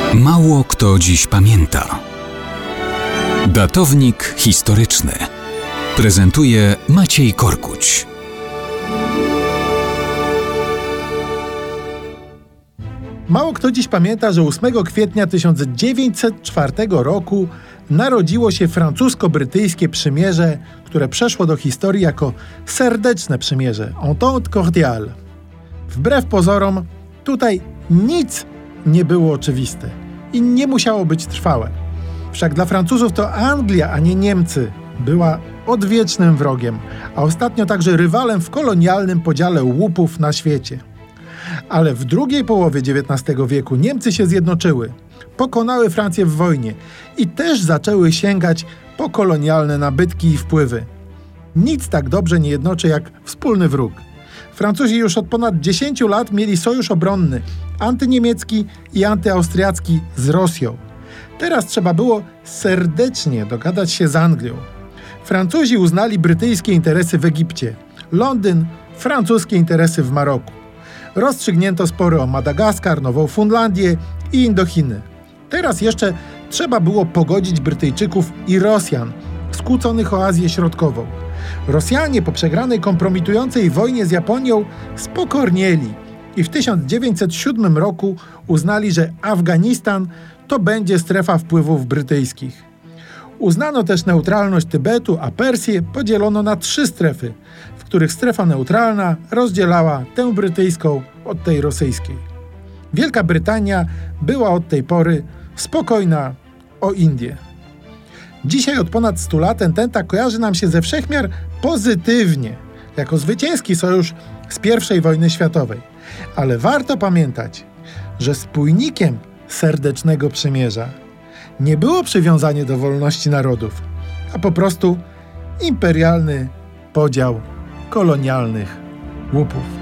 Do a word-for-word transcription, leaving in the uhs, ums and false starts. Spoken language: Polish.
Mało kto dziś pamięta. Datownik historyczny prezentuje Maciej Korkuć. Mało kto dziś pamięta, że ósmego kwietnia tysiąc dziewięćset czwartego roku narodziło się francusko-brytyjskie przymierze, które przeszło do historii jako serdeczne przymierze, entente cordiale. Wbrew pozorom, tutaj nic nie było oczywiste i nie musiało być trwałe. Wszak dla Francuzów to Anglia, a nie Niemcy była odwiecznym wrogiem, a ostatnio także rywalem w kolonialnym podziale łupów na świecie. Ale w drugiej połowie dziewiętnastego wieku Niemcy się zjednoczyły, pokonały Francję w wojnie i też zaczęły sięgać po kolonialne nabytki i wpływy. Nic tak dobrze nie jednoczy jak wspólny wróg. Francuzi już od ponad dziesięciu lat mieli sojusz obronny, antyniemiecki i antyaustriacki z Rosją. Teraz trzeba było serdecznie dogadać się z Anglią. Francuzi uznali brytyjskie interesy w Egipcie, Londyn francuskie interesy w Maroku. Rozstrzygnięto spory o Madagaskar, Nową Fundlandię i Indochiny. Teraz jeszcze trzeba było pogodzić Brytyjczyków i Rosjan, skłóconych o Azję Środkową. Rosjanie po przegranej kompromitującej wojnie z Japonią spokornieli i w tysiąc dziewięćset siódmym roku uznali, że Afganistan to będzie strefa wpływów brytyjskich. Uznano też neutralność Tybetu, a Persję podzielono na trzy strefy, w których strefa neutralna rozdzielała tę brytyjską od tej rosyjskiej. Wielka Brytania była od tej pory spokojna o Indię. Dzisiaj od ponad stu lat ententa kojarzy nam się ze wszechmiar pozytywnie, jako zwycięski sojusz z pierwszej wojny światowej. Ale warto pamiętać, że spójnikiem serdecznego przymierza nie było przywiązanie do wolności narodów, a po prostu imperialny podział kolonialnych łupów.